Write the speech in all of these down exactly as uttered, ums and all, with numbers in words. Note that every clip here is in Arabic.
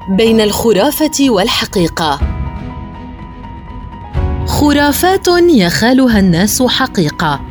بين الخرافة والحقيقة. خرافات يخالها الناس حقيقة.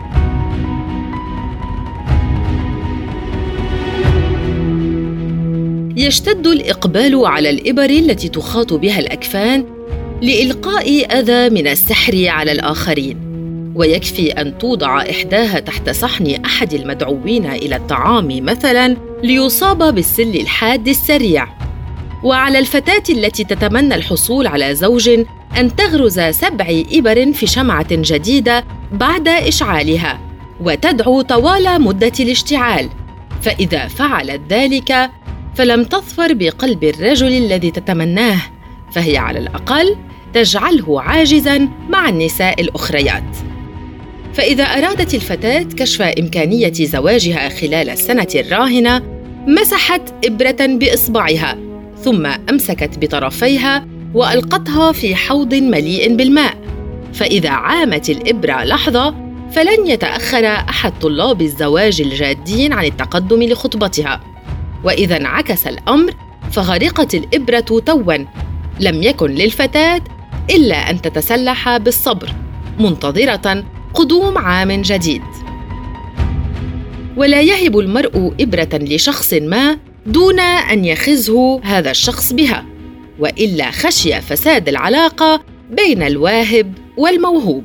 يشتد الإقبال على الإبر التي تخاط بها الأكفان لإلقاء أذى من السحر على الآخرين، ويكفي أن توضع إحداها تحت صحن أحد المدعوين إلى الطعام مثلاً ليصاب بالسل الحاد السريع. وعلى الفتاة التي تتمنى الحصول على زوج أن تغرز سبع إبر في شمعة جديدة بعد إشعالها، وتدعو طوال مدة الاشتعال، فإذا فعلت ذلك فلم تظفر بقلب الرجل الذي تتمناه، فهي على الأقل تجعله عاجزاً مع النساء الأخريات. فإذا أرادت الفتاة كشف إمكانية زواجها خلال السنة الراهنة، مسحت إبرة بإصبعها، ثم أمسكت بطرفيها وألقتها في حوض مليء بالماء. فإذا عامت الإبرة لحظة، فلن يتأخر أحد طلاب الزواج الجادين عن التقدم لخطبتها. وإذا انعكس الأمر، فغرقت الإبرة تواً. لم يكن للفتاة إلا أن تتسلح بالصبر، منتظرة قدوم عام جديد. ولا يهب المرء إبرة لشخص ما دون أن يخزه هذا الشخص بها، وإلا خشي فساد العلاقة بين الواهب والموهوب.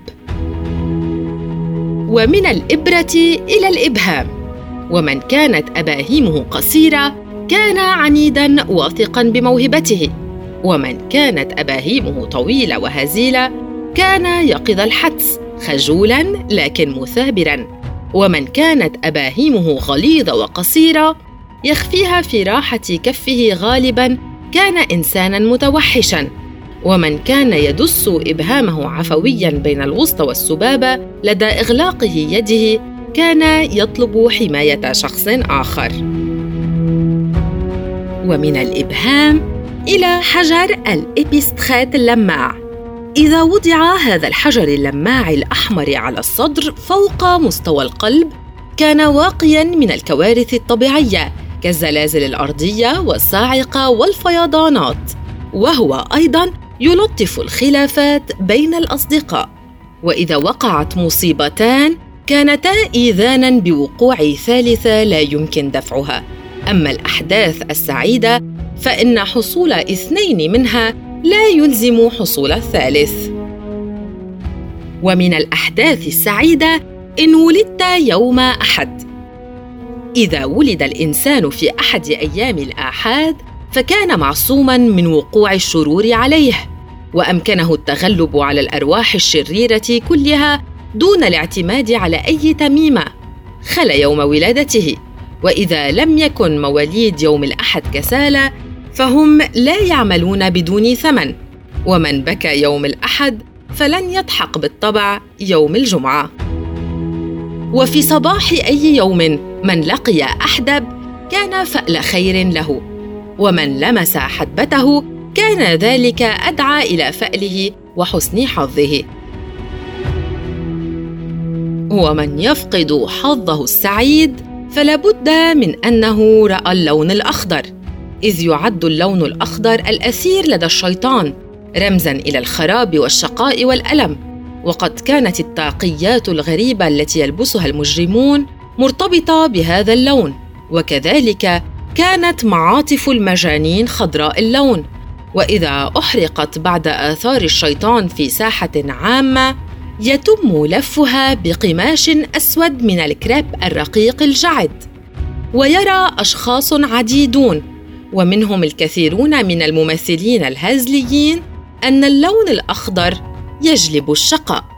ومن الإبرة إلى الإبهام، ومن كانت أباهيمه قصيرة كان عنيداً واثقاً بموهبته، ومن كانت أباهيمه طويلة وهزيلة كان يقظ الحدس خجولاً لكن مثابراً، ومن كانت أباهيمه غليظة وقصيرة يخفيها في راحة كفه غالباً كان إنساناً متوحشاً، ومن كان يدس إبهامه عفوياً بين الوسطى والسبابة لدى إغلاقه يده كان يطلب حماية شخص آخر. ومن الإبهام إلى حجر الإبستخات اللماع. إذا وضع هذا الحجر اللماع الأحمر على الصدر فوق مستوى القلب، كان واقياً من الكوارث الطبيعية كالزلازل الأرضية والصاعقة والفيضانات، وهو أيضاً يلطف الخلافات بين الأصدقاء. وإذا وقعت مصيبتان كانتا إيذاناً بوقوع ثالثة لا يمكن دفعها. أما الأحداث السعيدة فإن حصول اثنين منها لا يلزم حصول الثالث. ومن الأحداث السعيدة إن ولدت يوم أحد. إذا ولد الإنسان في أحد أيام الآحاد فكان معصوماً من وقوع الشرور عليه، وأمكنه التغلب على الأرواح الشريرة كلها دون الاعتماد على أي تميمة خلا يوم ولادته. وإذا لم يكن مواليد يوم الأحد كسالى فهم لا يعملون بدون ثمن، ومن بكى يوم الأحد فلن يضحك بالطبع يوم الجمعة. وفي صباح أي يوم من لقي أحدب كان فأل خير له، ومن لمس حدبته كان ذلك أدعى إلى فأله وحسن حظه. ومن يفقد حظه السعيد فلا بد من أنه رأى اللون الأخضر، إذ يعد اللون الأخضر الأثير لدى الشيطان رمزاً إلى الخراب والشقاء والألم. وقد كانت الطاقيات الغريبة التي يلبسها المجرمون مرتبطة بهذا اللون، وكذلك كانت معاطف المجانين خضراء اللون. وإذا أحرقت بعد آثار الشيطان في ساحة عامة يتم لفها بقماش أسود من الكريب الرقيق الجعد. ويرى أشخاص عديدون ومنهم الكثيرون من الممثلين الهزليين أن اللون الأخضر يجلب الشقاء.